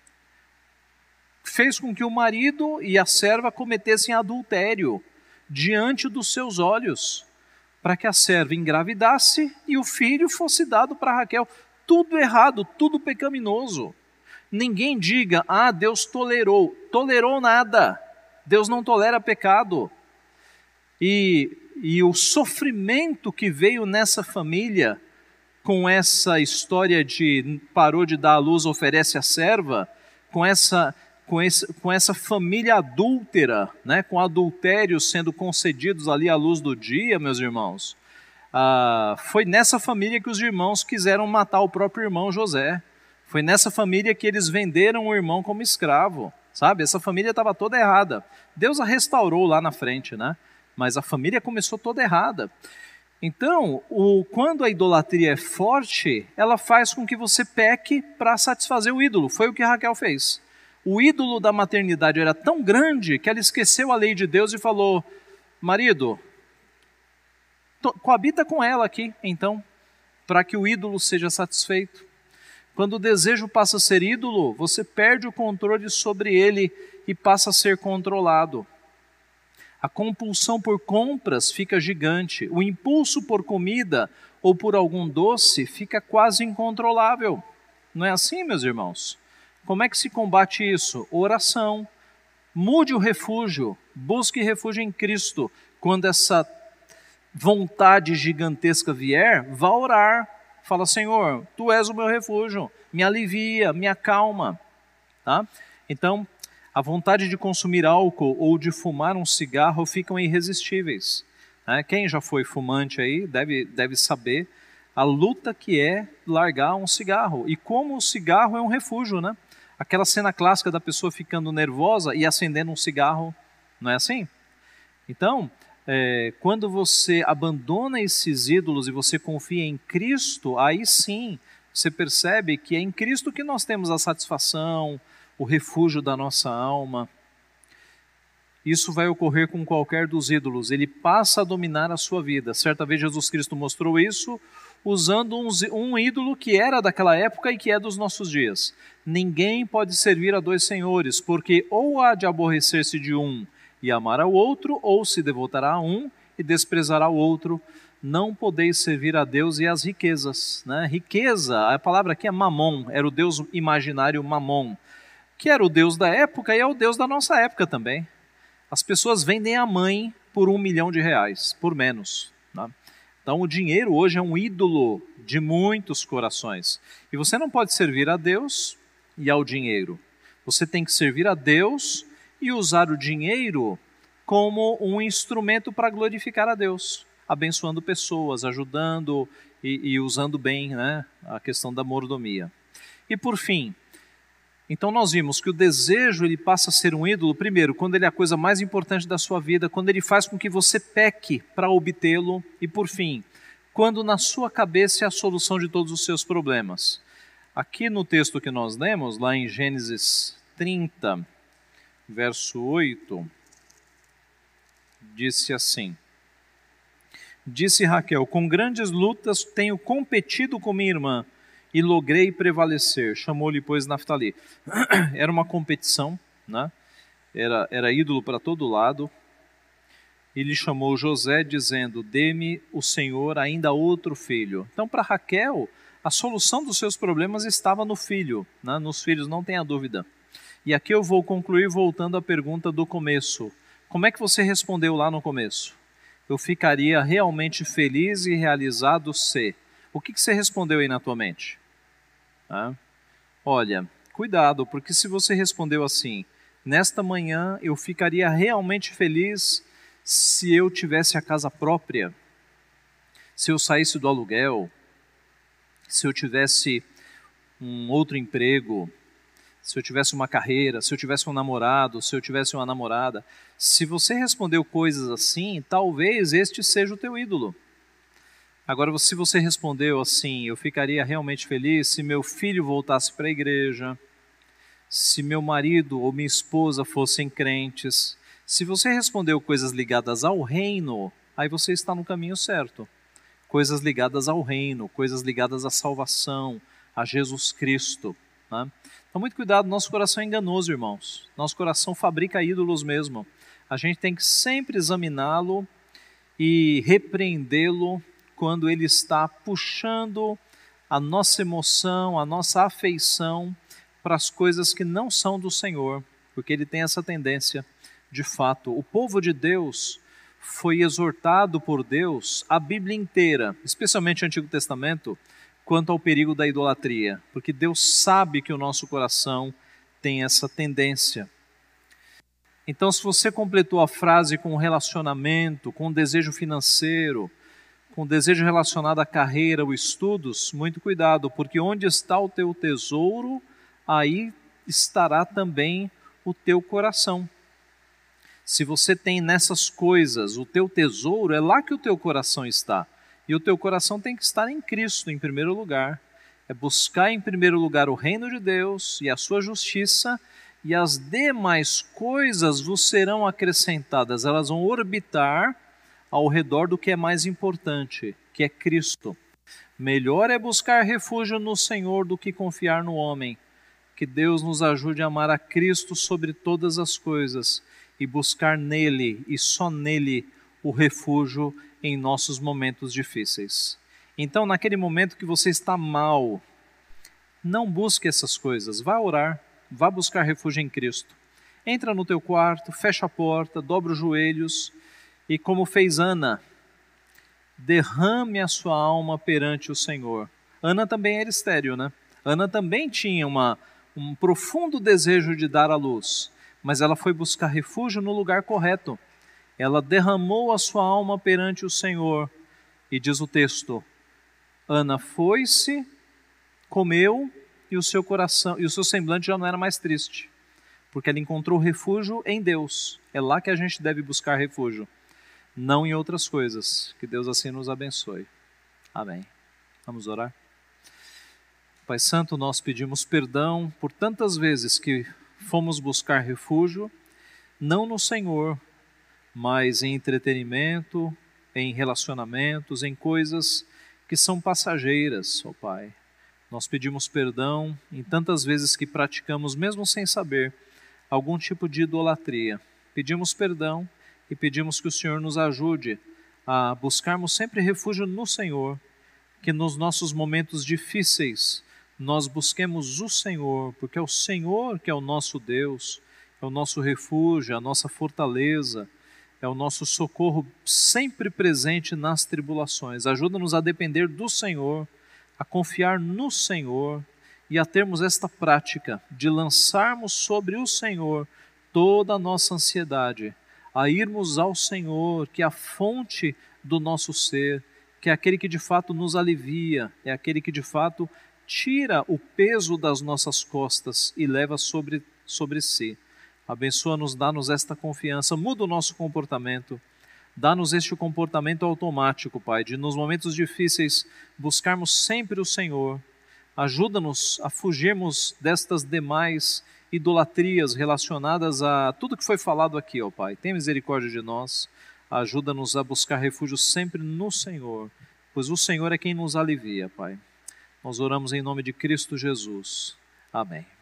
Fez com que o marido e a serva cometessem adultério diante dos seus olhos, para que a serva engravidasse e o filho fosse dado para Raquel. Tudo errado, tudo pecaminoso. Ninguém diga, ah, Deus tolerou. Tolerou nada. Deus não tolera pecado. E, e o sofrimento que veio nessa família, com essa história de parou de dar à luz, oferece a serva, com essa, com esse, com essa família adúltera, né, com adultérios sendo concedidos ali à luz do dia, meus irmãos. Ah, foi nessa família que os irmãos quiseram matar o próprio irmão José. Foi nessa família que eles venderam o irmão como escravo, sabe? Essa família estava toda errada. Deus a restaurou lá na frente, né? Mas a família começou toda errada. Então, o, quando a idolatria é forte, ela faz com que você peque para satisfazer o ídolo. Foi o que Raquel fez. O ídolo da maternidade era tão grande que ela esqueceu a lei de Deus e falou, marido, coabita com ela aqui, então, para que o ídolo seja satisfeito. Quando o desejo passa a ser ídolo, você perde o controle sobre ele e passa a ser controlado. A compulsão por compras fica gigante. O impulso por comida ou por algum doce fica quase incontrolável. Não é assim, meus irmãos? Como é que se combate isso? Oração. Mude o refúgio. Busque refúgio em Cristo. Quando essa vontade gigantesca vier, vá orar. Fala, Senhor, Tu és o meu refúgio, me alivia, me acalma. tá? Então, a vontade de consumir álcool ou de fumar um cigarro ficam irresistíveis. Né? Quem já foi fumante aí deve, deve saber a luta que é largar um cigarro. E como o cigarro é um refúgio, né? Aquela cena clássica da pessoa ficando nervosa e acendendo um cigarro, não é assim? Então, é, quando você abandona esses ídolos e você confia em Cristo, aí sim você percebe que é em Cristo que nós temos a satisfação, o refúgio da nossa alma. Isso vai ocorrer com qualquer dos ídolos, ele passa a dominar a sua vida. Certa vez Jesus Cristo mostrou isso usando um, um ídolo que era daquela época e que é dos nossos dias. Ninguém pode servir a dois senhores, porque ou há de aborrecer-se de um e amar ao outro, ou se devotará a um e desprezará o outro. Não podeis servir a Deus e às riquezas. Né? Riqueza, a palavra aqui é mamon, era o deus imaginário mamon, que era o Deus da época e é o Deus da nossa época também. As pessoas vendem a mãe por um milhão de reais, por menos. Né? Então o dinheiro hoje é um ídolo de muitos corações. E você não pode servir a Deus e ao dinheiro. Você tem que servir a Deus e usar o dinheiro como um instrumento para glorificar a Deus, abençoando pessoas, ajudando e, e usando bem, né, a questão da mordomia. E por fim, então nós vimos que o desejo ele passa a ser um ídolo, primeiro, quando ele é a coisa mais importante da sua vida, quando ele faz com que você peque para obtê-lo, e por fim, quando na sua cabeça é a solução de todos os seus problemas. Aqui no texto que nós lemos, lá em Gênesis trinta, verso oito, disse assim: Disse Raquel, com grandes lutas tenho competido com minha irmã, e logrei prevalecer. Chamou-lhe, pois, Naftali. Era uma competição, né? era, era ídolo para todo lado. E lhe chamou José, dizendo, dê-me o Senhor ainda outro filho. Então, para Raquel, a solução dos seus problemas estava no filho, né? Nos filhos, não tenha dúvida. E aqui eu vou concluir voltando à pergunta do começo. Como é que você respondeu lá no começo? Eu ficaria realmente feliz e realizado se... O que, que você respondeu aí na tua mente? Ah, olha, cuidado, porque se você respondeu assim, nesta manhã eu ficaria realmente feliz se eu tivesse a casa própria, se eu saísse do aluguel, se eu tivesse um outro emprego, se eu tivesse uma carreira, se eu tivesse um namorado, se eu tivesse uma namorada. Se você respondeu coisas assim, talvez este seja o teu ídolo. Agora, se você respondeu assim, eu ficaria realmente feliz se meu filho voltasse para a igreja, se meu marido ou minha esposa fossem crentes. Se você respondeu coisas ligadas ao reino, aí você está no caminho certo. Coisas ligadas ao reino, coisas ligadas à salvação, a Jesus Cristo. Né? Então, muito cuidado, nosso coração é enganoso, irmãos. Nosso coração fabrica ídolos mesmo. A gente tem que sempre examiná-lo e repreendê-lo quando ele está puxando a nossa emoção, a nossa afeição para as coisas que não são do Senhor, porque ele tem essa tendência, de fato. O povo de Deus foi exortado por Deus a Bíblia inteira, especialmente o Antigo Testamento, quanto ao perigo da idolatria, porque Deus sabe que o nosso coração tem essa tendência. Então, se você completou a frase com relacionamento, com desejo financeiro, com desejo relacionado à carreira ou estudos, muito cuidado, porque onde está o teu tesouro, aí estará também o teu coração. Se você tem nessas coisas o teu tesouro, é lá que o teu coração está. E o teu coração tem que estar em Cristo em primeiro lugar. É buscar em primeiro lugar o reino de Deus e a sua justiça, e as demais coisas vos serão acrescentadas, elas vão orbitar ao redor do que é mais importante, que é Cristo. Melhor é buscar refúgio no Senhor do que confiar no homem. Que Deus nos ajude a amar a Cristo sobre todas as coisas e buscar nele e só nele o refúgio em nossos momentos difíceis. Então, naquele momento que você está mal, não busque essas coisas, vá orar, vá buscar refúgio em Cristo. Entra no teu quarto, fecha a porta, dobra os joelhos e, como fez Ana, derrame a sua alma perante o Senhor. Ana também era estéril, né? Ana também tinha uma, um profundo desejo de dar à luz, mas ela foi buscar refúgio no lugar correto. Ela derramou a sua alma perante o Senhor. E diz o texto, Ana foi-se, comeu, e o seu coração, e o seu semblante já não era mais triste, porque ela encontrou refúgio em Deus. É lá que a gente deve buscar refúgio, não em outras coisas. Que Deus assim nos abençoe. Amém. Vamos orar? Pai Santo, nós pedimos perdão por tantas vezes que fomos buscar refúgio, não no Senhor, mas em entretenimento, em relacionamentos, em coisas que são passageiras, ó Pai. Nós pedimos perdão em tantas vezes que praticamos, mesmo sem saber, algum tipo de idolatria. Pedimos perdão e pedimos que o Senhor nos ajude a buscarmos sempre refúgio no Senhor, que nos nossos momentos difíceis nós busquemos o Senhor, porque é o Senhor que é o nosso Deus, é o nosso refúgio, a nossa fortaleza, é o nosso socorro sempre presente nas tribulações. Ajuda-nos a depender do Senhor, a confiar no Senhor e a termos esta prática de lançarmos sobre o Senhor toda a nossa ansiedade, a irmos ao Senhor, que é a fonte do nosso ser, que é aquele que de fato nos alivia, é aquele que de fato tira o peso das nossas costas e leva sobre, sobre si. Abençoa-nos, dá-nos esta confiança, muda o nosso comportamento, dá-nos este comportamento automático, Pai, de nos momentos difíceis buscarmos sempre o Senhor. Ajuda-nos a fugirmos destas demais idolatrias relacionadas a tudo que foi falado aqui, ó Pai. Tem misericórdia de nós, ajuda-nos a buscar refúgio sempre no Senhor, pois o Senhor é quem nos alivia, Pai. Nós oramos em nome de Cristo Jesus. Amém.